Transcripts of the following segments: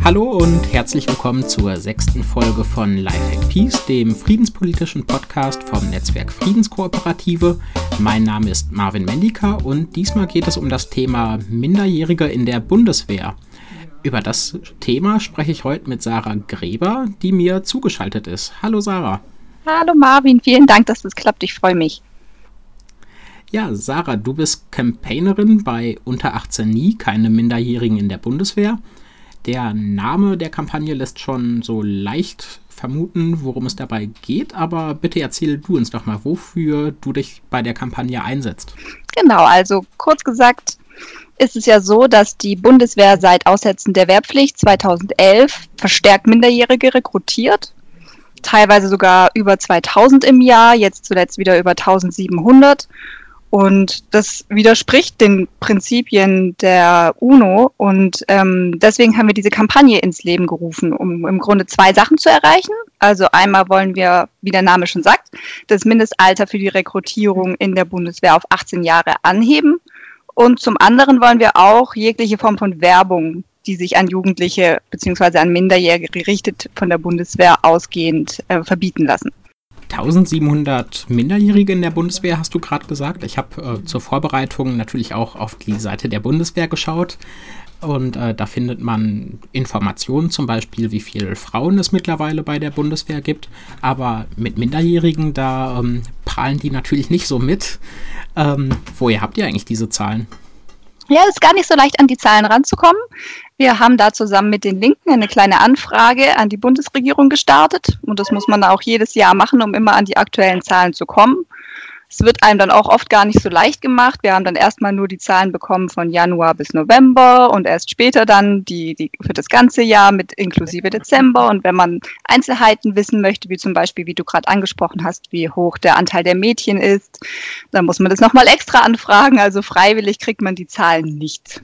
Hallo und herzlich willkommen zur 6. Folge von Lifehack Peace, dem friedenspolitischen Podcast vom Netzwerk Friedenskooperative. Mein Name ist Marvin Mendika und diesmal geht es um das Thema Minderjährige in der Bundeswehr. Über das Thema spreche ich heute mit Sarah Gräber, die mir zugeschaltet ist. Hallo Sarah. Hallo Marvin, vielen Dank, dass das klappt, ich freue mich. Ja, Sarah, du bist Campaignerin bei Unter 18 nie, keine Minderjährigen in der Bundeswehr. Der Name der Kampagne lässt schon so leicht vermuten, worum es dabei geht, aber bitte erzähl du uns doch mal, wofür du dich bei der Kampagne einsetzt. Genau, also kurz gesagt ist es ja so, dass die Bundeswehr seit Aussetzen der Wehrpflicht 2011 verstärkt Minderjährige rekrutiert, teilweise sogar über 2000 im Jahr, jetzt zuletzt wieder über 1700. Und das widerspricht den Prinzipien der UNO und deswegen haben wir diese Kampagne ins Leben gerufen, um im Grunde zwei Sachen zu erreichen. Also einmal wollen wir, wie der Name schon sagt, das Mindestalter für die Rekrutierung in der Bundeswehr auf 18 Jahre anheben. Und zum anderen wollen wir auch jegliche Form von Werbung, die sich an Jugendliche bzw. an Minderjährige gerichtet von der Bundeswehr ausgehend verbieten lassen. 1700 Minderjährige in der Bundeswehr, hast du gerade gesagt. Ich habe zur Vorbereitung natürlich auch auf die Seite der Bundeswehr geschaut und da findet man Informationen, zum Beispiel, wie viele Frauen es mittlerweile bei der Bundeswehr gibt. Aber mit Minderjährigen, da prahlen die natürlich nicht so mit. Woher habt ihr eigentlich diese Zahlen? Ja, es ist gar nicht so leicht, an die Zahlen ranzukommen. Wir haben da zusammen mit den Linken eine kleine Anfrage an die Bundesregierung gestartet. Und das muss man auch jedes Jahr machen, um immer an die aktuellen Zahlen zu kommen. Es wird einem dann auch oft gar nicht so leicht gemacht. Wir haben dann erstmal nur die Zahlen bekommen von Januar bis November und erst später dann die für das ganze Jahr mit inklusive Dezember. Und wenn man Einzelheiten wissen möchte, wie zum Beispiel, wie du gerade angesprochen hast, wie hoch der Anteil der Mädchen ist, dann muss man das nochmal extra anfragen. Also freiwillig kriegt man die Zahlen nicht.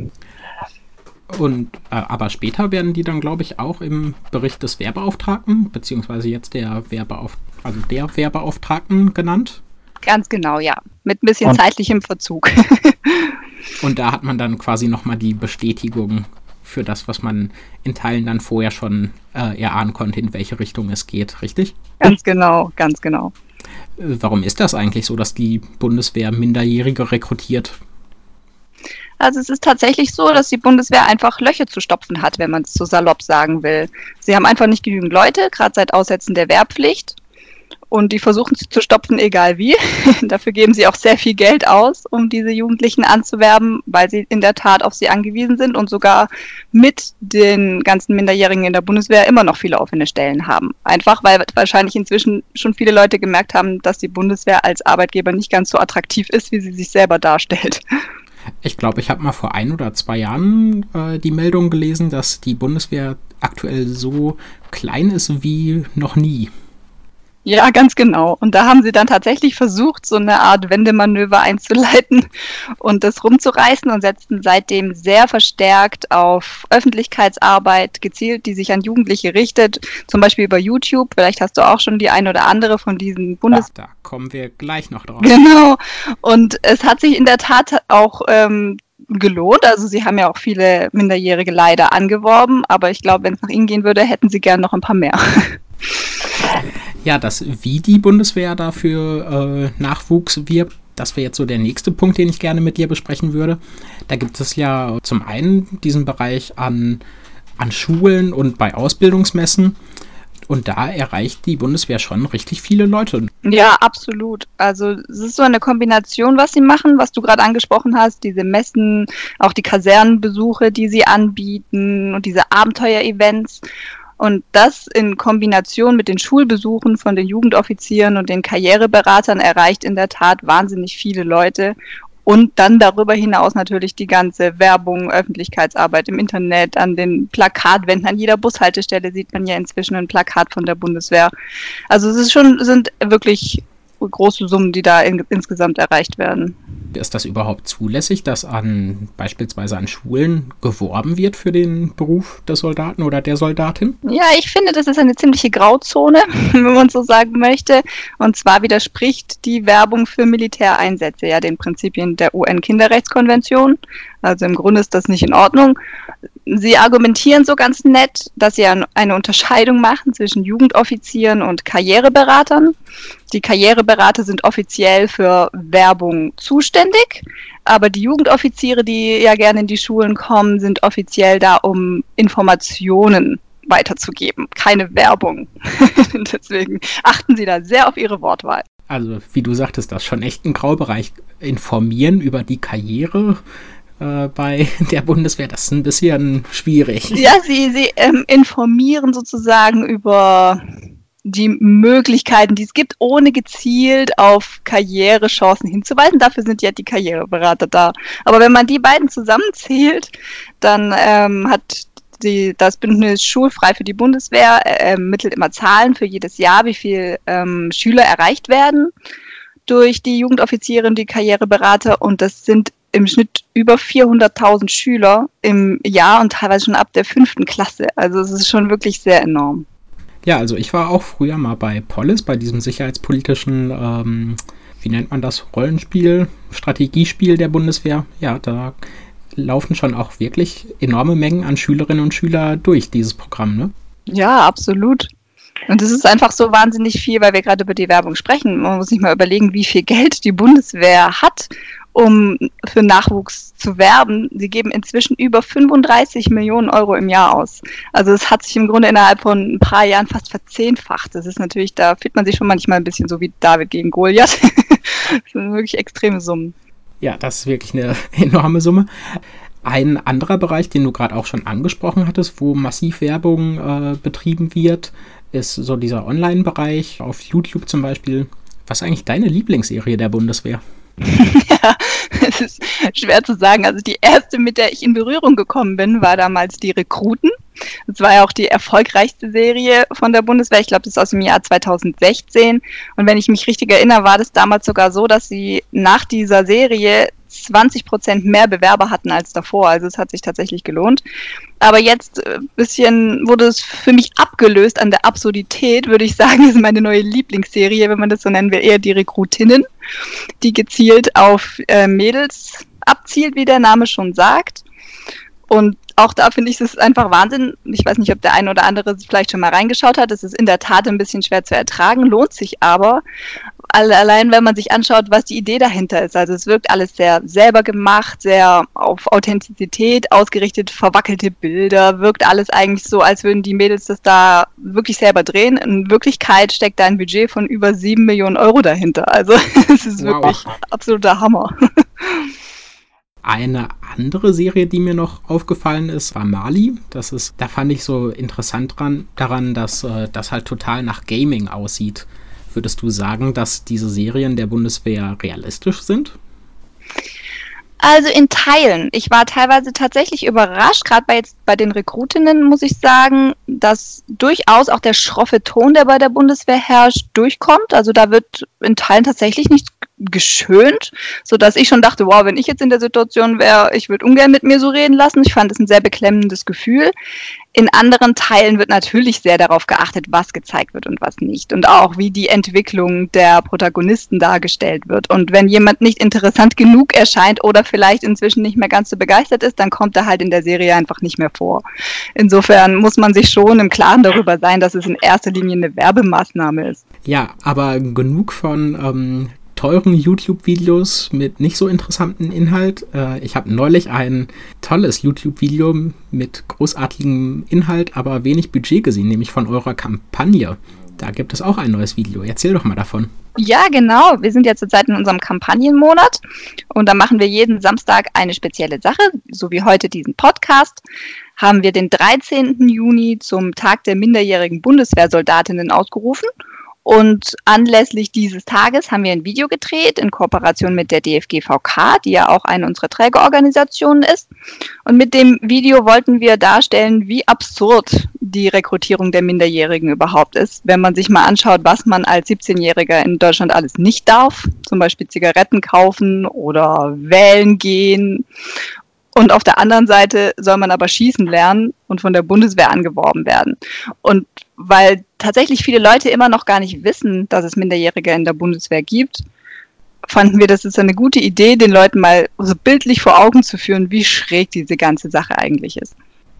Und aber später werden die dann, glaube ich, auch im Bericht des Wehrbeauftragten, beziehungsweise jetzt der Wehrbeauftragten genannt. Ganz genau, ja. Mit ein bisschen zeitlichem Verzug. Und da hat man dann quasi nochmal die Bestätigung für das, was man in Teilen dann vorher schon erahnen konnte, in welche Richtung es geht, richtig? Ganz genau, ganz genau. Warum ist das eigentlich so, dass die Bundeswehr Minderjährige rekrutiert? Also es ist tatsächlich so, dass die Bundeswehr einfach Löcher zu stopfen hat, wenn man es so salopp sagen will. Sie haben einfach nicht genügend Leute, gerade seit Aussetzen der Wehrpflicht. Und die versuchen sie zu stopfen, egal wie. Dafür geben sie auch sehr viel Geld aus, um diese Jugendlichen anzuwerben, weil sie in der Tat auf sie angewiesen sind und sogar mit den ganzen Minderjährigen in der Bundeswehr immer noch viele offene Stellen haben. Einfach, weil wahrscheinlich inzwischen schon viele Leute gemerkt haben, dass die Bundeswehr als Arbeitgeber nicht ganz so attraktiv ist, wie sie sich selber darstellt. Ich glaube, ich habe mal vor 1 oder 2 Jahren die Meldung gelesen, dass die Bundeswehr aktuell so klein ist wie noch nie. Ja, ganz genau. Und da haben sie dann tatsächlich versucht, so eine Art Wendemanöver einzuleiten und das rumzureißen und setzten seitdem sehr verstärkt auf Öffentlichkeitsarbeit gezielt, die sich an Jugendliche richtet, zum Beispiel über YouTube. Vielleicht hast du auch schon die ein oder andere von diesen Da kommen wir gleich noch drauf. Genau. Und es hat sich in der Tat auch gelohnt. Also sie haben ja auch viele Minderjährige leider angeworben, aber ich glaube, wenn es nach ihnen gehen würde, hätten sie gern noch ein paar mehr. Ja, wie die Bundeswehr dafür Nachwuchs wirbt, das wäre jetzt so der nächste Punkt, den ich gerne mit dir besprechen würde. Da gibt es ja zum einen diesen Bereich an Schulen und bei Ausbildungsmessen. Und da erreicht die Bundeswehr schon richtig viele Leute. Ja, absolut. Also es ist so eine Kombination, was sie machen, was du gerade angesprochen hast, diese Messen, auch die Kasernenbesuche, die sie anbieten und diese Abenteuer-Events. Und das in Kombination mit den Schulbesuchen von den Jugendoffizieren und den Karriereberatern erreicht in der Tat wahnsinnig viele Leute. Und dann darüber hinaus natürlich die ganze Werbung, Öffentlichkeitsarbeit im Internet, an den Plakatwänden, an jeder Bushaltestelle sieht man ja inzwischen ein Plakat von der Bundeswehr. Also es sind wirklich große Summen, die da insgesamt erreicht werden. Ist das überhaupt zulässig, dass beispielsweise an Schulen geworben wird für den Beruf des Soldaten oder der Soldatin? Ja, ich finde, das ist eine ziemliche Grauzone, wenn man so sagen möchte. Und zwar widerspricht die Werbung für Militäreinsätze ja den Prinzipien der UN-Kinderrechtskonvention. Also im Grunde ist das nicht in Ordnung. Sie argumentieren so ganz nett, dass sie eine Unterscheidung machen zwischen Jugendoffizieren und Karriereberatern. Die Karriereberater sind offiziell für Werbung zuständig, aber die Jugendoffiziere, die ja gerne in die Schulen kommen, sind offiziell da, um Informationen weiterzugeben, keine Werbung. Deswegen achten Sie da sehr auf Ihre Wortwahl. Also, wie du sagtest, das ist schon echt ein Graubereich. Informieren über die Karriere bei der Bundeswehr, das ist ein bisschen schwierig. Ja, sie informieren sozusagen über die Möglichkeiten, die es gibt, ohne gezielt auf Karrierechancen hinzuweisen. Dafür sind ja die Karriereberater da. Aber wenn man die beiden zusammenzählt, dann hat das Bündnis Schulfrei für die Bundeswehr ermittelt immer Zahlen für jedes Jahr, wie viel Schüler erreicht werden durch die Jugendoffiziere und die Karriereberater. Und das sind im Schnitt über 400.000 Schüler im Jahr und teilweise schon ab der 5. Klasse. Also es ist schon wirklich sehr enorm. Ja, also ich war auch früher mal bei Polis, bei diesem sicherheitspolitischen, wie nennt man das, Rollenspiel, Strategiespiel der Bundeswehr. Ja, da laufen schon auch wirklich enorme Mengen an Schülerinnen und Schüler durch dieses Programm, ne? Ja, absolut. Und es ist einfach so wahnsinnig viel, weil wir gerade über die Werbung sprechen. Man muss sich mal überlegen, wie viel Geld die Bundeswehr hat, um für Nachwuchs zu werben. Sie geben inzwischen über 35 Millionen Euro im Jahr aus. Also es hat sich im Grunde innerhalb von ein paar Jahren fast verzehnfacht. Das ist natürlich, da fühlt man sich schon manchmal ein bisschen so wie David gegen Goliath. Das sind wirklich extreme Summen. Ja, das ist wirklich eine enorme Summe. Ein anderer Bereich, den du gerade auch schon angesprochen hattest, wo massiv Werbung betrieben wird, ist so dieser Online-Bereich auf YouTube zum Beispiel. Was ist eigentlich deine Lieblingsserie der Bundeswehr? Ja, es ist schwer zu sagen. Also die erste, mit der ich in Berührung gekommen bin, war damals die Rekruten. Das war ja auch die erfolgreichste Serie von der Bundeswehr. Ich glaube, das ist aus dem Jahr 2016. Und wenn ich mich richtig erinnere, war das damals sogar so, dass sie nach dieser Serie 20% mehr Bewerber hatten als davor. Also es hat sich tatsächlich gelohnt. Aber jetzt bisschen wurde es für mich abgelöst an der Absurdität, würde ich sagen, ist meine neue Lieblingsserie, wenn man das so nennen will, eher die Rekrutinnen, die gezielt auf Mädels abzielt, wie der Name schon sagt. Und auch da finde ich es einfach Wahnsinn. Ich weiß nicht, ob der eine oder andere vielleicht schon mal reingeschaut hat. Es ist in der Tat ein bisschen schwer zu ertragen, lohnt sich aber. Allein, wenn man sich anschaut, was die Idee dahinter ist. Also es wirkt alles sehr selber gemacht, sehr auf Authentizität ausgerichtet, verwackelte Bilder, wirkt alles eigentlich so, als würden die Mädels das da wirklich selber drehen. In Wirklichkeit steckt da ein Budget von über 7 Millionen Euro dahinter. Also es ist wirklich absoluter Hammer. Eine andere Serie, die mir noch aufgefallen ist, war Mali. Da fand ich so interessant daran, dass das halt total nach Gaming aussieht. Würdest du sagen, dass diese Serien der Bundeswehr realistisch sind? Also in Teilen. Ich war teilweise tatsächlich überrascht, gerade bei den Rekrutinnen, muss ich sagen, dass durchaus auch der schroffe Ton, der bei der Bundeswehr herrscht, durchkommt. Also da wird in Teilen tatsächlich nichts geschönt, sodass ich schon dachte, wow, wenn ich jetzt in der Situation wäre, ich würde ungern mit mir so reden lassen. Ich fand es ein sehr beklemmendes Gefühl. In anderen Teilen wird natürlich sehr darauf geachtet, was gezeigt wird und was nicht. Und auch, wie die Entwicklung der Protagonisten dargestellt wird. Und wenn jemand nicht interessant genug erscheint oder vielleicht inzwischen nicht mehr ganz so begeistert ist, dann kommt er halt in der Serie einfach nicht mehr vor. Insofern muss man sich schon im Klaren darüber sein, dass es in erster Linie eine Werbemaßnahme ist. Ja, aber genug von teuren YouTube-Videos mit nicht so interessantem Inhalt. Ich habe neulich ein tolles YouTube-Video mit großartigem Inhalt, aber wenig Budget gesehen, nämlich von eurer Kampagne. Da gibt es auch ein neues Video. Erzähl doch mal davon. Ja, genau. Wir sind ja zurzeit in unserem Kampagnenmonat und da machen wir jeden Samstag eine spezielle Sache, so wie heute diesen Podcast. Haben wir den 13. Juni zum Tag der minderjährigen Bundeswehrsoldatinnen ausgerufen. Und anlässlich dieses Tages haben wir ein Video gedreht in Kooperation mit der DFGVK, die ja auch eine unserer Trägerorganisationen ist. Und mit dem Video wollten wir darstellen, wie absurd die Rekrutierung der Minderjährigen überhaupt ist. Wenn man sich mal anschaut, was man als 17-Jähriger in Deutschland alles nicht darf, zum Beispiel Zigaretten kaufen oder wählen gehen. Und auf der anderen Seite soll man aber schießen lernen und von der Bundeswehr angeworben werden. Und weil tatsächlich viele Leute immer noch gar nicht wissen, dass es Minderjährige in der Bundeswehr gibt, fanden wir, das ist eine gute Idee, den Leuten mal so bildlich vor Augen zu führen, wie schräg diese ganze Sache eigentlich ist.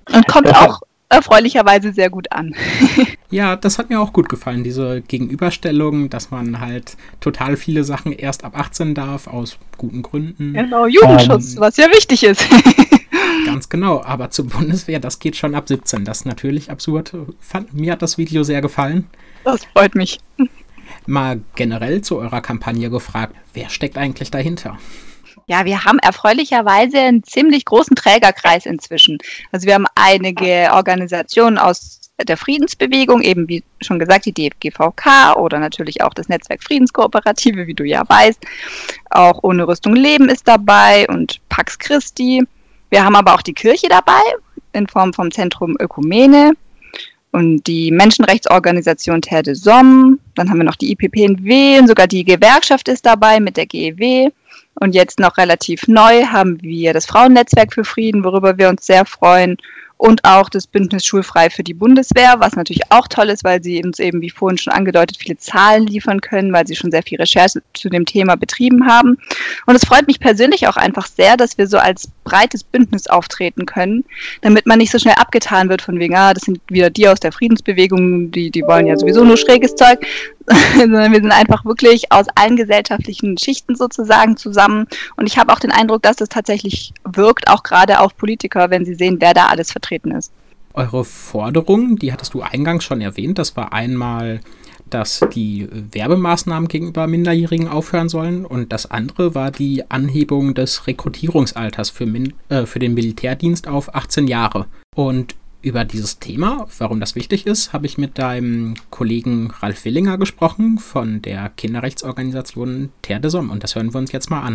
Und kommt auch erfreulicherweise sehr gut an. Ja, das hat mir auch gut gefallen, diese Gegenüberstellung, dass man halt total viele Sachen erst ab 18 darf, aus guten Gründen. Genau, Jugendschutz, was ja wichtig ist. Ganz genau, aber zur Bundeswehr, das geht schon ab 17. Das ist natürlich absurd. Mir hat das Video sehr gefallen. Das freut mich. Mal generell zu eurer Kampagne gefragt, wer steckt eigentlich dahinter? Ja, wir haben erfreulicherweise einen ziemlich großen Trägerkreis inzwischen. Also wir haben einige Organisationen aus der Friedensbewegung, eben wie schon gesagt, die DFGVK oder natürlich auch das Netzwerk Friedenskooperative, wie du ja weißt. Auch Ohne Rüstung leben ist dabei und Pax Christi. Wir haben aber auch die Kirche dabei, in Form vom Zentrum Ökumene und die Menschenrechtsorganisation Terre des Hommes. Dann haben wir noch die IPPNW und sogar die Gewerkschaft ist dabei mit der GEW. Und jetzt noch relativ neu haben wir das Frauennetzwerk für Frieden, worüber wir uns sehr freuen. Und auch das Bündnis Schulfrei für die Bundeswehr, was natürlich auch toll ist, weil sie uns eben, wie vorhin schon angedeutet, viele Zahlen liefern können, weil sie schon sehr viel Recherche zu dem Thema betrieben haben. Und es freut mich persönlich auch einfach sehr, dass wir so als breites Bündnis auftreten können, damit man nicht so schnell abgetan wird von wegen, das sind wieder die aus der Friedensbewegung, die wollen ja sowieso nur schräges Zeug, sondern wir sind einfach wirklich aus allen gesellschaftlichen Schichten sozusagen zusammen. Und ich habe auch den Eindruck, dass das tatsächlich wirkt, auch gerade auf Politiker, wenn sie sehen, wer da alles vertreten ist. Eure Forderung, die hattest du eingangs schon erwähnt, das war einmal, dass die Werbemaßnahmen gegenüber Minderjährigen aufhören sollen und das andere war die Anhebung des Rekrutierungsalters für den Militärdienst auf 18 Jahre. Und über dieses Thema, warum das wichtig ist, habe ich mit deinem Kollegen Ralf Willinger gesprochen von der Kinderrechtsorganisation Terre des Hommes und das hören wir uns jetzt mal an.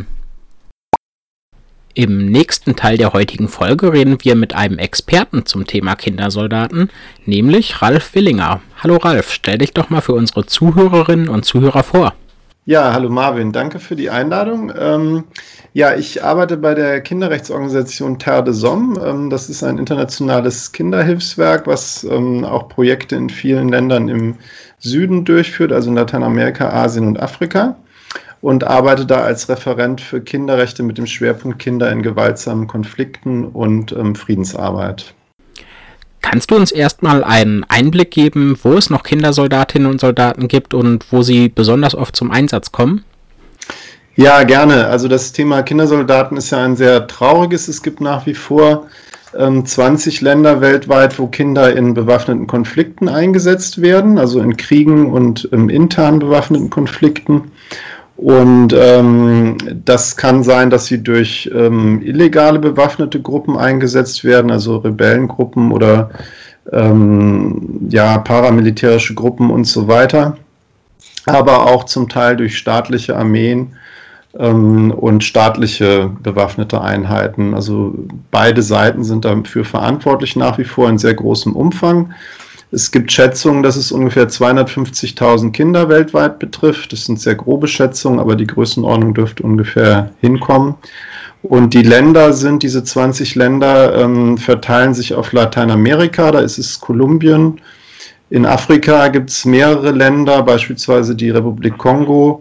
Im nächsten Teil der heutigen Folge reden wir mit einem Experten zum Thema Kindersoldaten, nämlich Ralf Willinger. Hallo Ralf, stell dich doch mal für unsere Zuhörerinnen und Zuhörer vor. Ja, hallo Marvin, danke für die Einladung. Ich arbeite bei der Kinderrechtsorganisation Terre des Hommes. Das ist ein internationales Kinderhilfswerk, was auch Projekte in vielen Ländern im Süden durchführt, also in Lateinamerika, Asien und Afrika. Und arbeite da als Referent für Kinderrechte mit dem Schwerpunkt Kinder in gewaltsamen Konflikten und Friedensarbeit. Kannst du uns erstmal einen Einblick geben, wo es noch Kindersoldatinnen und Soldaten gibt und wo sie besonders oft zum Einsatz kommen? Ja, gerne. Also das Thema Kindersoldaten ist ja ein sehr trauriges. Es gibt nach wie vor 20 Länder weltweit, wo Kinder in bewaffneten Konflikten eingesetzt werden, also in Kriegen und internen bewaffneten Konflikten. Und das kann sein, dass sie durch illegale bewaffnete Gruppen eingesetzt werden, also Rebellengruppen oder paramilitärische Gruppen und so weiter. Aber auch zum Teil durch staatliche Armeen und staatliche bewaffnete Einheiten. Also beide Seiten sind dafür verantwortlich, nach wie vor in sehr großem Umfang. Es gibt Schätzungen, dass es ungefähr 250.000 Kinder weltweit betrifft. Das sind sehr grobe Schätzungen, aber die Größenordnung dürfte ungefähr hinkommen. Und die Länder sind, diese 20 Länder, verteilen sich auf Lateinamerika, da ist es Kolumbien. In Afrika gibt es mehrere Länder, beispielsweise die Republik Kongo,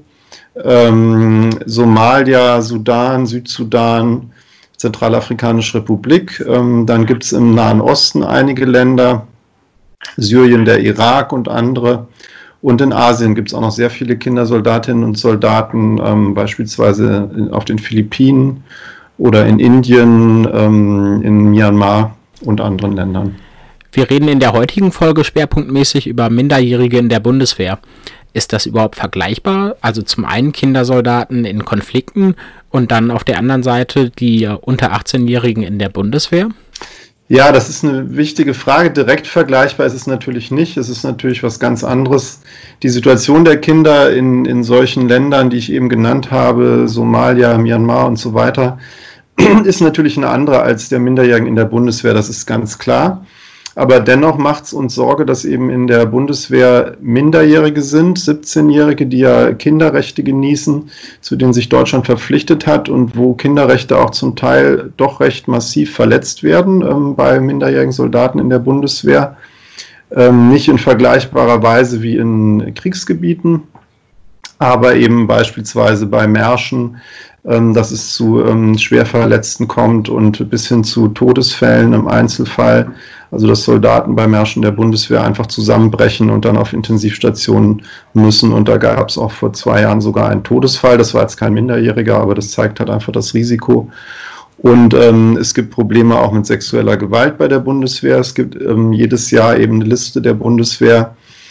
Somalia, Sudan, Südsudan, Zentralafrikanische Republik. Dann gibt es im Nahen Osten einige Länder, Syrien, der Irak und andere. Und in Asien gibt es auch noch sehr viele Kindersoldatinnen und Soldaten, beispielsweise auf den Philippinen oder in Indien, in Myanmar und anderen Ländern. Wir reden in der heutigen Folge schwerpunktmäßig über Minderjährige in der Bundeswehr. Ist das überhaupt vergleichbar? Also zum einen Kindersoldaten in Konflikten und dann auf der anderen Seite die unter 18-Jährigen in der Bundeswehr? Ja, das ist eine wichtige Frage. Direkt vergleichbar ist es natürlich nicht. Es ist natürlich was ganz anderes. Die Situation der Kinder in solchen Ländern, die ich eben genannt habe, Somalia, Myanmar und so weiter, ist natürlich eine andere als der Minderjährigen in der Bundeswehr. Das ist ganz klar. Aber dennoch macht es uns Sorge, dass eben in der Bundeswehr Minderjährige sind, 17-Jährige, die ja Kinderrechte genießen, zu denen sich Deutschland verpflichtet hat und wo Kinderrechte auch zum Teil doch recht massiv verletzt werden bei minderjährigen Soldaten in der Bundeswehr. Nicht in vergleichbarer Weise wie in Kriegsgebieten, aber eben beispielsweise bei Märschen dass es zu Schwerverletzten kommt und bis hin zu Todesfällen im Einzelfall. Also dass Soldaten bei Märschen der Bundeswehr einfach zusammenbrechen und dann auf Intensivstationen müssen. Und da gab es auch vor 2 Jahren sogar einen Todesfall. Das war jetzt kein Minderjähriger, aber das zeigt halt einfach das Risiko. Und es gibt Probleme auch mit sexueller Gewalt bei der Bundeswehr. Es gibt jedes Jahr eben eine Liste der Bundeswehr,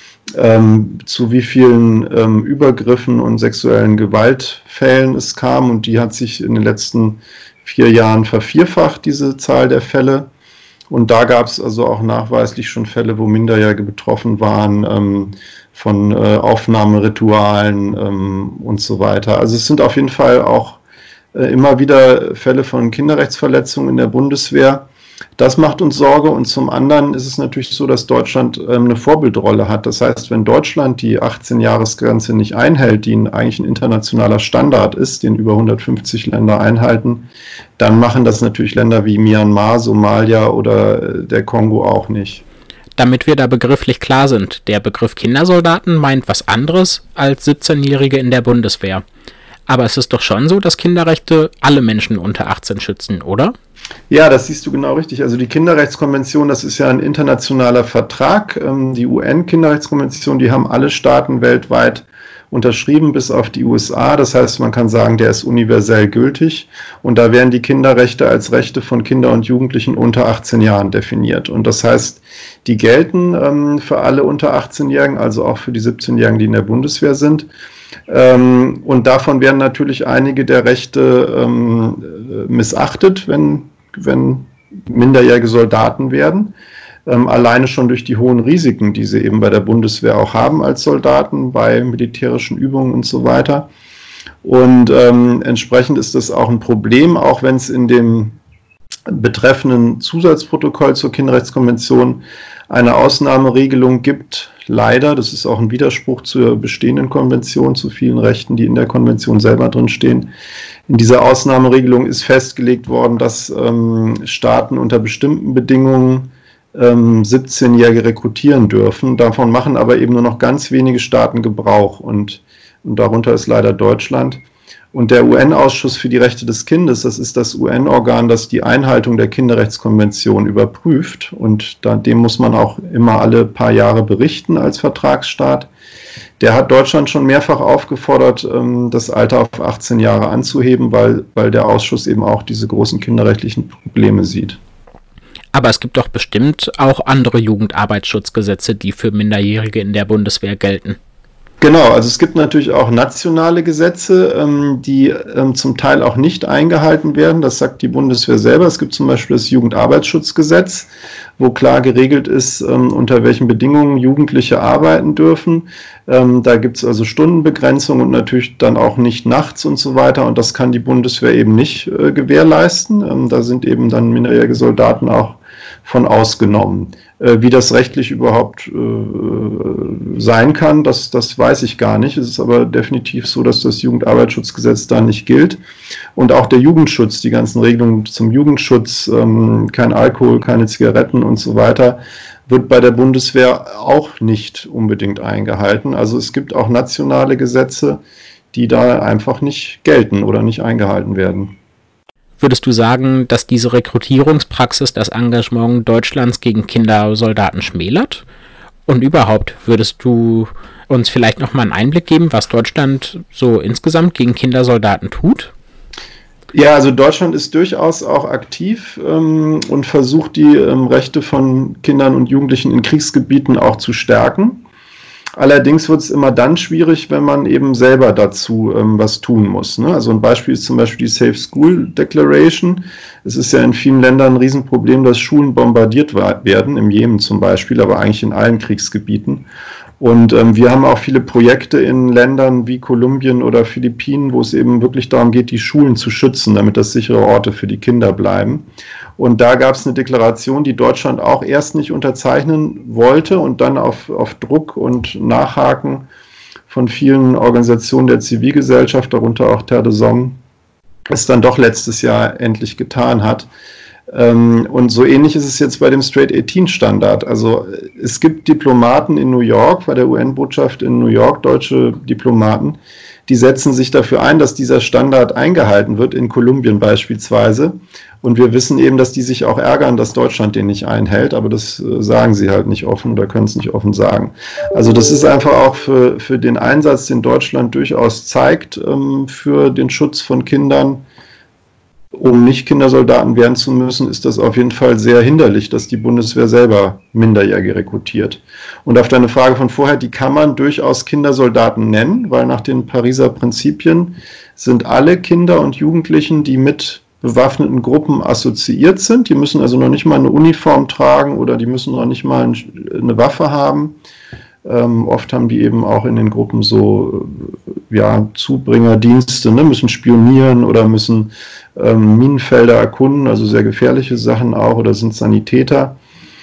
zu wie vielen Übergriffen und sexuellen Gewaltfällen es kam. Und die hat sich in den letzten 4 Jahren vervierfacht, diese Zahl der Fälle. Und da gab es also auch nachweislich schon Fälle, wo Minderjährige betroffen waren, von Aufnahmeritualen und so weiter. Also es sind auf jeden Fall auch immer wieder Fälle von Kinderrechtsverletzungen in der Bundeswehr. Das macht uns Sorge, und zum anderen ist es natürlich so, dass Deutschland eine Vorbildrolle hat. Das heißt, wenn Deutschland die 18-Jahres-Grenze nicht einhält, die eigentlich ein internationaler Standard ist, den über 150 Länder einhalten, dann machen das natürlich Länder wie Myanmar, Somalia oder der Kongo auch nicht. Damit wir da begrifflich klar sind, der Begriff Kindersoldaten meint was anderes als 17-Jährige in der Bundeswehr. Aber es ist doch schon so, dass Kinderrechte alle Menschen unter 18 schützen, oder? Ja, das siehst du genau richtig. Also die Kinderrechtskonvention, das ist ja ein internationaler Vertrag. Die UN-Kinderrechtskonvention, die haben alle Staaten weltweit unterschrieben, bis auf die USA. Das heißt, man kann sagen, der ist universell gültig. Und da werden die Kinderrechte als Rechte von Kindern und Jugendlichen unter 18 Jahren definiert. Und das heißt, die gelten für alle unter 18-Jährigen, also auch für die 17-Jährigen, die in der Bundeswehr sind. Und davon werden natürlich einige der Rechte missachtet, wenn minderjährige Soldaten werden. Alleine schon durch die hohen Risiken, die sie eben bei der Bundeswehr auch haben als Soldaten, bei militärischen Übungen und so weiter. Und entsprechend ist das auch ein Problem, auch wenn es in dem betreffenden Zusatzprotokoll zur Kinderrechtskonvention eine Ausnahmeregelung gibt. Leider, das ist auch ein Widerspruch zur bestehenden Konvention, zu vielen Rechten, die in der Konvention selber drin stehen. In dieser Ausnahmeregelung ist festgelegt worden, dass Staaten unter bestimmten Bedingungen 17-Jährige rekrutieren dürfen. Davon machen aber eben nur noch ganz wenige Staaten Gebrauch, und darunter ist leider Deutschland. Und der UN-Ausschuss für die Rechte des Kindes, das ist das UN-Organ, das die Einhaltung der Kinderrechtskonvention überprüft, und dem muss man auch immer alle paar Jahre berichten als Vertragsstaat. Der hat Deutschland schon mehrfach aufgefordert, das Alter auf 18 Jahre anzuheben, weil der Ausschuss eben auch diese großen kinderrechtlichen Probleme sieht. Aber es gibt doch bestimmt auch andere Jugendarbeitsschutzgesetze, die für Minderjährige in der Bundeswehr gelten. Genau, also es gibt natürlich auch nationale Gesetze, die zum Teil auch nicht eingehalten werden. Das sagt die Bundeswehr selber. Es gibt zum Beispiel das Jugendarbeitsschutzgesetz, wo klar geregelt ist, unter welchen Bedingungen Jugendliche arbeiten dürfen. Da gibt es also Stundenbegrenzung und natürlich dann auch nicht nachts und so weiter. Und das kann die Bundeswehr eben nicht gewährleisten. Da sind eben dann minderjährige Soldaten auch von ausgenommen. Wie das rechtlich überhaupt sein kann, das weiß ich gar nicht. Es ist aber definitiv so, dass das Jugendarbeitsschutzgesetz da nicht gilt. Und auch der Jugendschutz, die ganzen Regelungen zum Jugendschutz, kein Alkohol, keine Zigaretten und so weiter, wird bei der Bundeswehr auch nicht unbedingt eingehalten. Also es gibt auch nationale Gesetze, die da einfach nicht gelten oder nicht eingehalten werden. Würdest du sagen, dass diese Rekrutierungspraxis das Engagement Deutschlands gegen Kindersoldaten schmälert? Und überhaupt, würdest du uns vielleicht nochmal einen Einblick geben, was Deutschland so insgesamt gegen Kindersoldaten tut? Ja, also Deutschland ist durchaus auch aktiv und versucht, die Rechte von Kindern und Jugendlichen in Kriegsgebieten auch zu stärken. Allerdings wird es immer dann schwierig, wenn man eben selber dazu was tun muss. Ne? Also ein Beispiel ist zum Beispiel die Safe School Declaration. Es ist ja in vielen Ländern ein Riesenproblem, dass Schulen bombardiert werden, im Jemen zum Beispiel, aber eigentlich in allen Kriegsgebieten. Und wir haben auch viele Projekte in Ländern wie Kolumbien oder Philippinen, wo es eben wirklich darum geht, die Schulen zu schützen, damit das sichere Orte für die Kinder bleiben. Und da gab es eine Deklaration, die Deutschland auch erst nicht unterzeichnen wollte und dann auf Druck und Nachhaken von vielen Organisationen der Zivilgesellschaft, darunter auch Terre des Hommes, es dann doch letztes Jahr endlich getan hat. Und so ähnlich ist es jetzt bei dem Straight-18-Standard. Also es gibt Diplomaten in New York, bei der UN-Botschaft in New York, deutsche Diplomaten, die setzen sich dafür ein, dass dieser Standard eingehalten wird, in Kolumbien beispielsweise. Und wir wissen eben, dass die sich auch ärgern, dass Deutschland den nicht einhält, aber das sagen sie halt nicht offen oder können es nicht offen sagen. Also das ist einfach auch für den Einsatz, den Deutschland durchaus zeigt, für den Schutz von Kindern, um nicht Kindersoldaten werden zu müssen, ist das auf jeden Fall sehr hinderlich, dass die Bundeswehr selber Minderjährige rekrutiert. Und auf deine Frage von vorher, die kann man durchaus Kindersoldaten nennen, weil nach den Pariser Prinzipien sind alle Kinder und Jugendlichen, die mit bewaffneten Gruppen assoziiert sind, die müssen also noch nicht mal eine Uniform tragen oder die müssen noch nicht mal eine Waffe haben. Oft haben die eben auch in den Gruppen so Zubringerdienste, ne, müssen spionieren oder müssen Minenfelder erkunden, also sehr gefährliche Sachen auch, oder sind Sanitäter.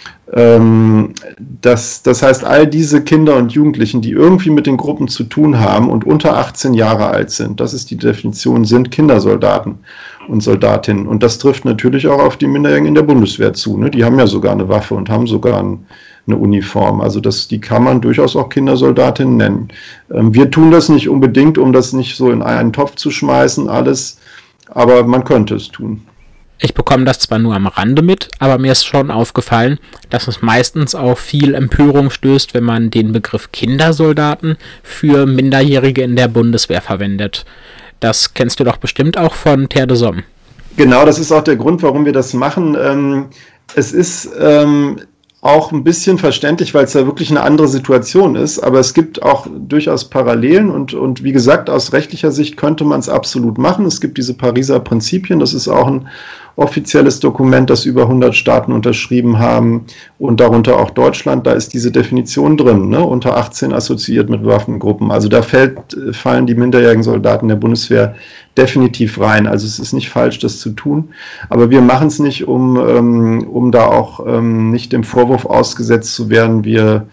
Das heißt, all diese Kinder und Jugendlichen, die irgendwie mit den Gruppen zu tun haben und unter 18 Jahre alt sind, das ist die Definition, sind Kindersoldaten und Soldatinnen. Und das trifft natürlich auch auf die Minderjährigen in der Bundeswehr zu. Ne? Die haben ja sogar eine Waffe und haben sogar eine Uniform. Also die kann man durchaus auch Kindersoldatinnen nennen. Wir tun das nicht unbedingt, um das nicht so in einen Topf zu schmeißen, alles, aber man könnte es tun. Ich bekomme das zwar nur am Rande mit, aber mir ist schon aufgefallen, dass es meistens auch viel Empörung stößt, wenn man den Begriff Kindersoldaten für Minderjährige in der Bundeswehr verwendet. Das kennst du doch bestimmt auch von Terre de Somme. Genau, das ist auch der Grund, warum wir das machen. Es ist auch ein bisschen verständlich, weil es ja wirklich eine andere Situation ist, aber es gibt auch durchaus Parallelen und wie gesagt, aus rechtlicher Sicht könnte man es absolut machen. Es gibt diese Pariser Prinzipien, das ist auch ein offizielles Dokument, das über 100 Staaten unterschrieben haben und darunter auch Deutschland, da ist diese Definition drin, ne? Unter 18 assoziiert mit Waffengruppen. Also da fallen die minderjährigen Soldaten der Bundeswehr definitiv rein. Also es ist nicht falsch, das zu tun, aber wir machen es nicht, um da auch nicht dem Vorwurf ausgesetzt zu werden, wir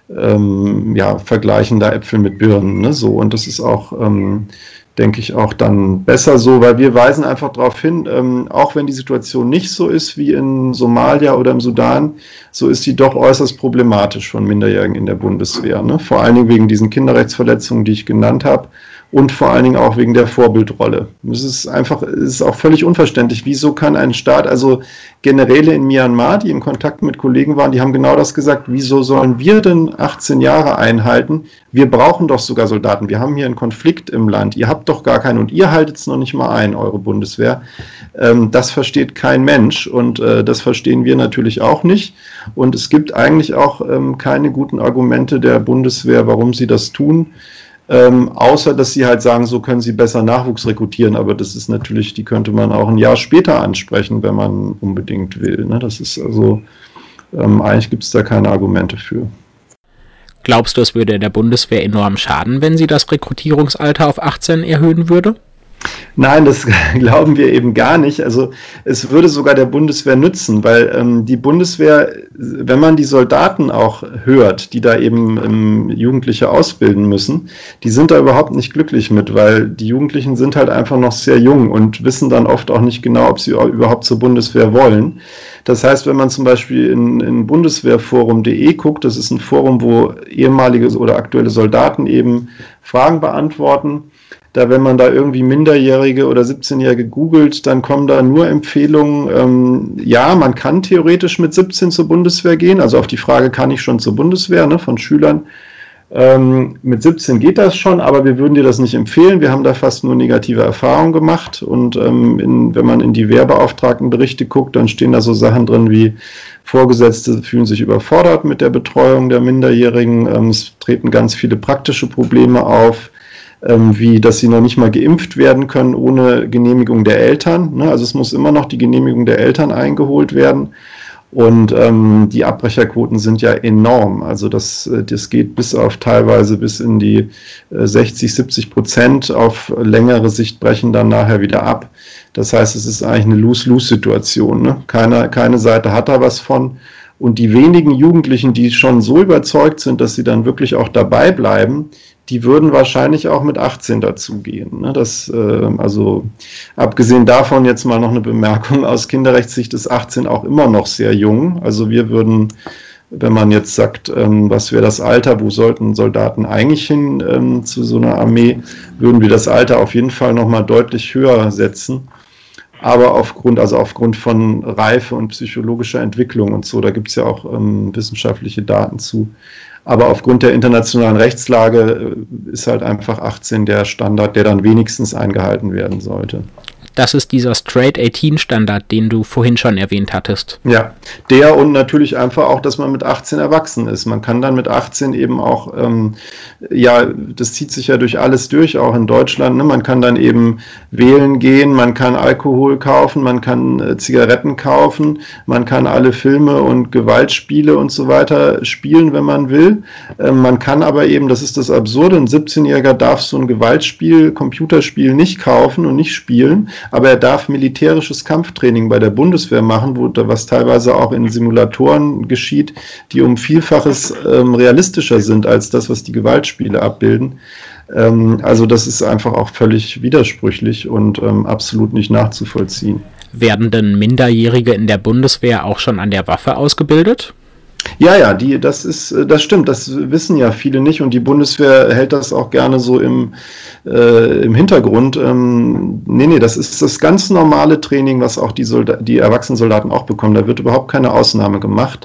vergleichen da Äpfel mit Birnen, ne? So, und das ist auch denke ich auch dann besser so, weil wir weisen einfach darauf hin, auch wenn die Situation nicht so ist wie in Somalia oder im Sudan, so ist sie doch äußerst problematisch von Minderjährigen in der Bundeswehr. Ne? Vor allen Dingen wegen diesen Kinderrechtsverletzungen, die ich genannt habe, und vor allen Dingen auch wegen der Vorbildrolle. Es ist auch völlig unverständlich, wieso kann ein Staat, also Generäle in Myanmar, die im Kontakt mit Kollegen waren, die haben genau das gesagt, wieso sollen wir denn 18 Jahre einhalten? Wir brauchen doch sogar Soldaten, wir haben hier einen Konflikt im Land, ihr habt doch gar keinen und ihr haltet es noch nicht mal ein, eure Bundeswehr. Das versteht kein Mensch und das verstehen wir natürlich auch nicht und es gibt eigentlich auch keine guten Argumente der Bundeswehr, warum sie das tun. Außer, dass sie halt sagen, so können sie besser Nachwuchs rekrutieren, aber das ist natürlich, die könnte man auch ein Jahr später ansprechen, wenn man unbedingt will. Ne? Das ist also, eigentlich gibt es da keine Argumente für. Glaubst du, es würde der Bundeswehr enorm schaden, wenn sie das Rekrutierungsalter auf 18 erhöhen würde? Nein, das glauben wir eben gar nicht. Also es würde sogar der Bundeswehr nützen, weil die Bundeswehr, wenn man die Soldaten auch hört, die da eben Jugendliche ausbilden müssen, die sind da überhaupt nicht glücklich mit, weil die Jugendlichen sind halt einfach noch sehr jung und wissen dann oft auch nicht genau, ob sie überhaupt zur Bundeswehr wollen. Das heißt, wenn man zum Beispiel in bundeswehrforum.de guckt, das ist ein Forum, wo ehemalige oder aktuelle Soldaten eben Fragen beantworten, wenn man da irgendwie Minderjährige oder 17-Jährige googelt, dann kommen da nur Empfehlungen, man kann theoretisch mit 17 zur Bundeswehr gehen, also auf die Frage, kann ich schon zur Bundeswehr, ne, von Schülern, mit 17 geht das schon, aber wir würden dir das nicht empfehlen, wir haben da fast nur negative Erfahrungen gemacht und wenn man in die Wehrbeauftragtenberichte guckt, dann stehen da so Sachen drin wie Vorgesetzte fühlen sich überfordert mit der Betreuung der Minderjährigen, es treten ganz viele praktische Probleme auf, wie dass sie noch nicht mal geimpft werden können ohne Genehmigung der Eltern. Ne? Also es muss immer noch die Genehmigung der Eltern eingeholt werden. Und die Abbrecherquoten sind ja enorm. Also das geht teilweise bis in die 60-70%. Auf längere Sicht brechen dann nachher wieder ab. Das heißt, es ist eigentlich eine Lose-Lose-Situation. Ne? Keine Seite hat da was von. Und die wenigen Jugendlichen, die schon so überzeugt sind, dass sie dann wirklich auch dabei bleiben, die würden wahrscheinlich auch mit 18 dazugehen. Ne? Also abgesehen davon jetzt mal noch eine Bemerkung, aus Kinderrechtssicht ist 18 auch immer noch sehr jung. Also wir würden wenn man jetzt sagt, was wäre das Alter, wo sollten Soldaten eigentlich hin zu so einer Armee, würden wir das Alter auf jeden Fall nochmal deutlich höher setzen. Aber aufgrund von Reife und psychologischer Entwicklung und so, da gibt es ja auch wissenschaftliche Daten zu. Aber aufgrund der internationalen Rechtslage ist halt einfach 18 der Standard, der dann wenigstens eingehalten werden sollte. Das ist dieser Straight 18 Standard, den du vorhin schon erwähnt hattest. Ja, der und natürlich einfach auch, dass man mit 18 erwachsen ist. Man kann dann mit 18 eben auch, das zieht sich ja durch alles durch, auch in Deutschland, ne? Man kann dann eben wählen gehen, man kann Alkohol kaufen, man kann Zigaretten kaufen, man kann alle Filme und Gewaltspiele und so weiter spielen, wenn man will. Man kann aber eben, das ist das Absurde, ein 17-Jähriger darf so ein Gewaltspiel, Computerspiel nicht kaufen und nicht spielen, aber er darf militärisches Kampftraining bei der Bundeswehr machen, was teilweise auch in Simulatoren geschieht, die um Vielfaches realistischer sind als das, was die Gewaltspiele abbilden. Also das ist einfach auch völlig widersprüchlich und absolut nicht nachzuvollziehen. Werden denn Minderjährige in der Bundeswehr auch schon an der Waffe ausgebildet? Ja, das stimmt, das wissen ja viele nicht und die Bundeswehr hält das auch gerne so im Hintergrund. Nee, das ist das ganz normale Training, was auch die erwachsenen Soldaten auch bekommen. Da wird überhaupt keine Ausnahme gemacht.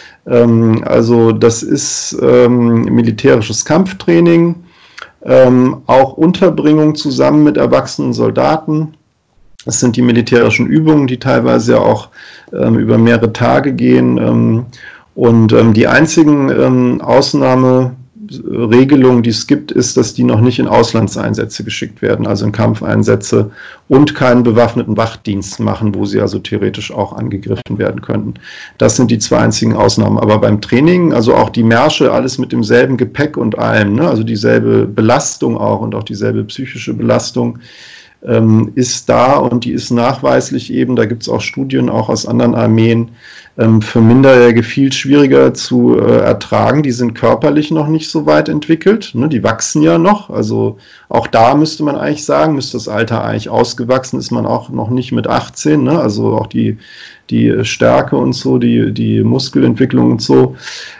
Also das ist militärisches Kampftraining, auch Unterbringung zusammen mit erwachsenen Soldaten. Das sind die militärischen Übungen, die teilweise ja auch über mehrere Tage gehen. Und die einzigen Ausnahmeregelungen, die es gibt, ist, dass die noch nicht in Auslandseinsätze geschickt werden, also in Kampfeinsätze und keinen bewaffneten Wachdienst machen, wo sie also theoretisch auch angegriffen werden könnten. Das sind die zwei einzigen Ausnahmen. Aber beim Training, also auch die Märsche, alles mit demselben Gepäck und allem, ne? Also dieselbe Belastung auch und auch dieselbe psychische Belastung ist da und die ist nachweislich eben, da gibt es auch Studien auch aus anderen Armeen, für Minderjährige viel schwieriger zu ertragen. Die sind körperlich noch nicht so weit entwickelt, ne? Die wachsen ja noch, also auch da müsste man eigentlich sagen, müsste das Alter eigentlich ausgewachsen, ist man auch noch nicht mit 18, ne? Also auch die Stärke und so, die Muskelentwicklung und so.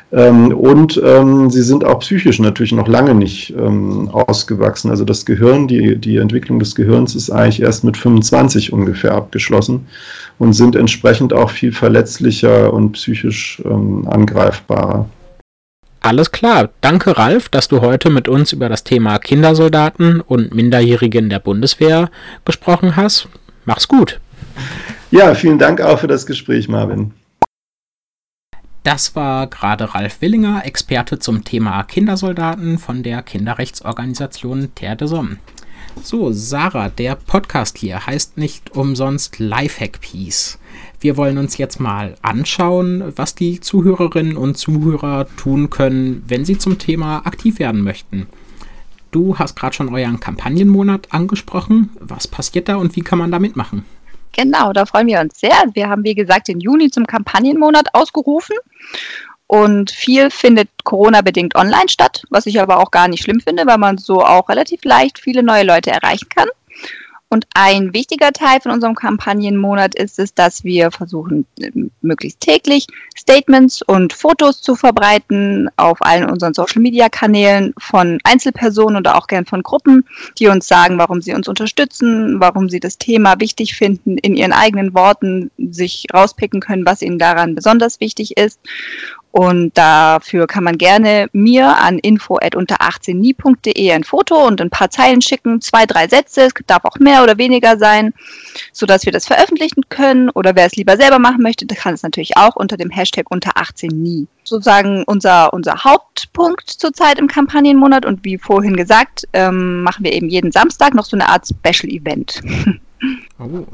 Sie sind auch psychisch natürlich noch lange nicht ausgewachsen. Also das Gehirn, die Entwicklung des Gehirns ist eigentlich erst mit 25 ungefähr abgeschlossen und sind entsprechend auch viel verletzlicher und psychisch angreifbarer. Alles klar. Danke, Ralf, dass du heute mit uns über das Thema Kindersoldaten und Minderjährige in der Bundeswehr gesprochen hast. Mach's gut. Ja, vielen Dank auch für das Gespräch, Marvin. Das war gerade Ralf Willinger, Experte zum Thema Kindersoldaten von der Kinderrechtsorganisation Terre des Hommes. So, Sarah, der Podcast hier heißt nicht umsonst Lifehack Piece. Wir wollen uns jetzt mal anschauen, was die Zuhörerinnen und Zuhörer tun können, wenn sie zum Thema aktiv werden möchten. Du hast gerade schon euren Kampagnenmonat angesprochen. Was passiert da und wie kann man da mitmachen? Genau, da freuen wir uns sehr. Wir haben, wie gesagt, den Juni zum Kampagnenmonat ausgerufen und viel findet Corona-bedingt online statt, was ich aber auch gar nicht schlimm finde, weil man so auch relativ leicht viele neue Leute erreichen kann. Und ein wichtiger Teil von unserem Kampagnenmonat ist es, dass wir versuchen, möglichst täglich Statements und Fotos zu verbreiten auf allen unseren Social-Media-Kanälen von Einzelpersonen oder auch gern von Gruppen, die uns sagen, warum sie uns unterstützen, warum sie das Thema wichtig finden, in ihren eigenen Worten sich rauspicken können, was ihnen daran besonders wichtig ist. Und dafür kann man gerne mir an info@unter18nie.de ein Foto und ein paar Zeilen schicken, 2, 3 Sätze, es darf auch mehr oder weniger sein, sodass wir das veröffentlichen können. Oder wer es lieber selber machen möchte, der kann es natürlich auch unter dem Hashtag unter18nie. Sozusagen unser Hauptpunkt zurzeit im Kampagnenmonat und wie vorhin gesagt, machen wir eben jeden Samstag noch so eine Art Special-Event. Oh,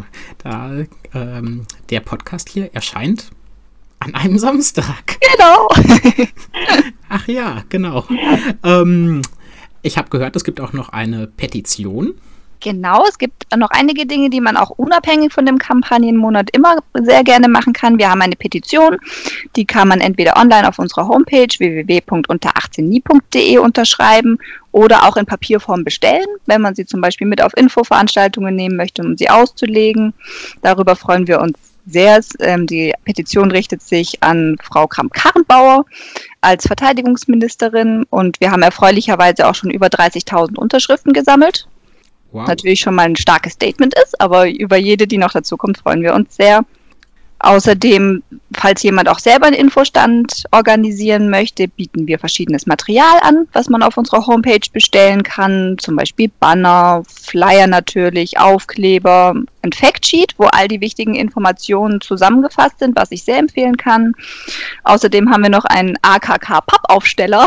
der Podcast hier erscheint an einem Samstag. Genau. Ach ja, genau. Ich habe gehört, es gibt auch noch eine Petition. Genau, es gibt noch einige Dinge, die man auch unabhängig von dem Kampagnenmonat immer sehr gerne machen kann. Wir haben eine Petition, die kann man entweder online auf unserer Homepage www.unter18nie.de unterschreiben oder auch in Papierform bestellen, wenn man sie zum Beispiel mit auf Infoveranstaltungen nehmen möchte, um sie auszulegen. Darüber freuen wir uns sehr. Die Petition richtet sich an Frau Kramp-Karrenbauer als Verteidigungsministerin und wir haben erfreulicherweise auch schon über 30.000 Unterschriften gesammelt. Wow. Natürlich schon mal ein starkes Statement ist, aber über jede, die noch dazu kommt, freuen wir uns sehr. Außerdem, falls jemand auch selber einen Infostand organisieren möchte, bieten wir verschiedenes Material an, was man auf unserer Homepage bestellen kann. Zum Beispiel Banner, Flyer natürlich, Aufkleber, ein Factsheet, wo all die wichtigen Informationen zusammengefasst sind, was ich sehr empfehlen kann. Außerdem haben wir noch einen AKK-Pappaufsteller,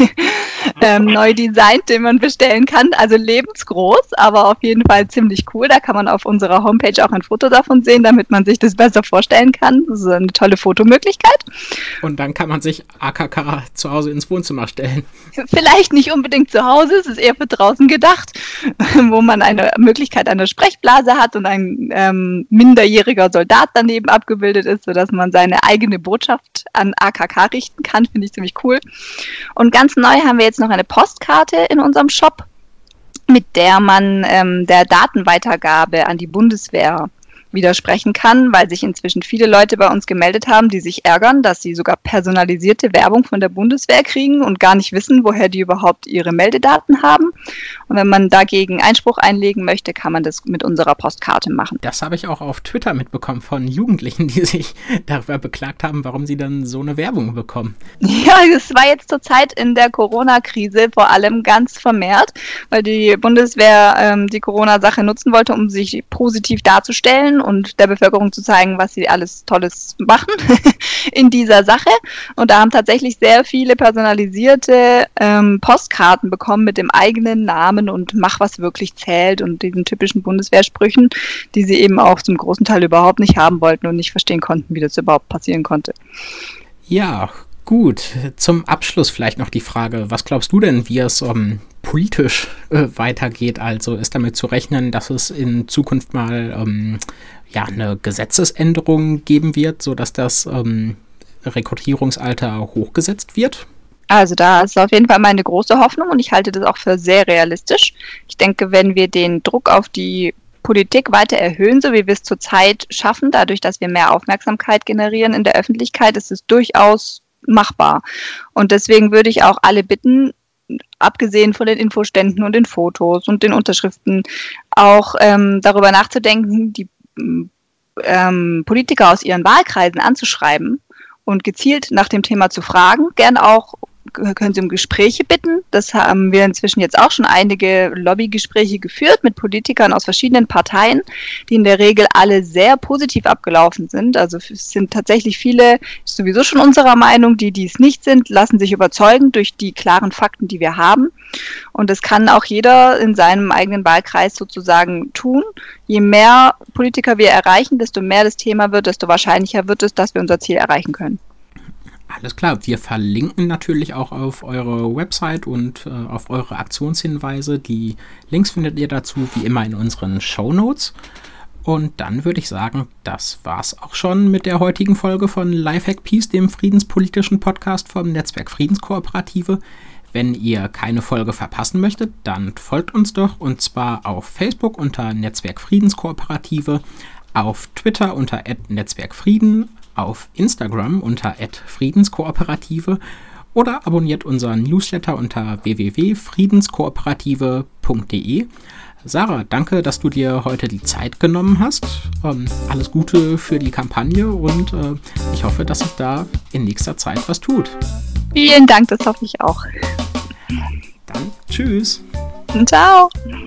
neu designt, den man bestellen kann. Also lebensgroß, aber auf jeden Fall ziemlich cool. Da kann man auf unserer Homepage auch ein Foto davon sehen, damit man sich das besser vorstellen kann. Das ist eine tolle Fotomöglichkeit. Und dann kann man sich AKK zu Hause ins Wohnzimmer stellen. Vielleicht nicht unbedingt zu Hause, es ist eher für draußen gedacht, wo man eine Möglichkeit einer Sprechblase hat und ein minderjähriger Soldat daneben abgebildet ist, sodass man seine eigene Botschaft an AKK richten kann. Finde ich ziemlich cool. Und ganz neu haben wir jetzt noch eine Postkarte in unserem Shop, mit der man der Datenweitergabe an die Bundeswehr widersprechen kann, weil sich inzwischen viele Leute bei uns gemeldet haben, die sich ärgern, dass sie sogar personalisierte Werbung von der Bundeswehr kriegen und gar nicht wissen, woher die überhaupt ihre Meldedaten haben. Und wenn man dagegen Einspruch einlegen möchte, kann man das mit unserer Postkarte machen. Das habe ich auch auf Twitter mitbekommen von Jugendlichen, die sich darüber beklagt haben, warum sie dann so eine Werbung bekommen. Ja, das war jetzt zur Zeit in der Corona-Krise vor allem ganz vermehrt, weil die Bundeswehr die Corona-Sache nutzen wollte, um sich positiv darzustellen und der Bevölkerung zu zeigen, was sie alles Tolles machen in dieser Sache. Und da haben tatsächlich sehr viele personalisierte Postkarten bekommen mit dem eigenen Namen und mach, was wirklich zählt und diesen typischen Bundeswehrsprüchen, die sie eben auch zum großen Teil überhaupt nicht haben wollten und nicht verstehen konnten, wie das überhaupt passieren konnte. Ja, gut. Zum Abschluss vielleicht noch die Frage, was glaubst du denn, wie es politisch weitergeht? Also ist damit zu rechnen, dass es in Zukunft mal eine Gesetzesänderung geben wird, sodass das Rekrutierungsalter hochgesetzt wird? Also da ist auf jeden Fall meine große Hoffnung und ich halte das auch für sehr realistisch. Ich denke, wenn wir den Druck auf die Politik weiter erhöhen, so wie wir es zurzeit schaffen, dadurch, dass wir mehr Aufmerksamkeit generieren in der Öffentlichkeit, ist es durchaus machbar. Und deswegen würde ich auch alle bitten, abgesehen von den Infoständen und den Fotos und den Unterschriften, auch darüber nachzudenken, die Politiker aus ihren Wahlkreisen anzuschreiben und gezielt nach dem Thema zu fragen, gern auch können Sie um Gespräche bitten. Das haben wir inzwischen jetzt auch schon einige Lobbygespräche geführt mit Politikern aus verschiedenen Parteien, die in der Regel alle sehr positiv abgelaufen sind. Also es sind tatsächlich viele sowieso schon unserer Meinung, die dies nicht sind, lassen sich überzeugen durch die klaren Fakten, die wir haben. Und das kann auch jeder in seinem eigenen Wahlkreis sozusagen tun. Je mehr Politiker wir erreichen, desto mehr das Thema wird, desto wahrscheinlicher wird es, dass wir unser Ziel erreichen können. Alles klar, wir verlinken natürlich auch auf eure Website und auf eure Aktionshinweise. Die Links findet ihr dazu wie immer in unseren Shownotes. Und dann würde ich sagen, das war's auch schon mit der heutigen Folge von Lifehack Peace, dem friedenspolitischen Podcast vom Netzwerk Friedenskooperative. Wenn ihr keine Folge verpassen möchtet, dann folgt uns doch, und zwar auf Facebook unter Netzwerk Friedenskooperative, auf Twitter unter @netzwerkfrieden, auf Instagram unter @friedenskooperative oder abonniert unseren Newsletter unter www.friedenskooperative.de. Sarah, danke, dass du dir heute die Zeit genommen hast. Alles Gute für die Kampagne und ich hoffe, dass sich da in nächster Zeit was tut. Vielen Dank, das hoffe ich auch. Dann tschüss. Ciao.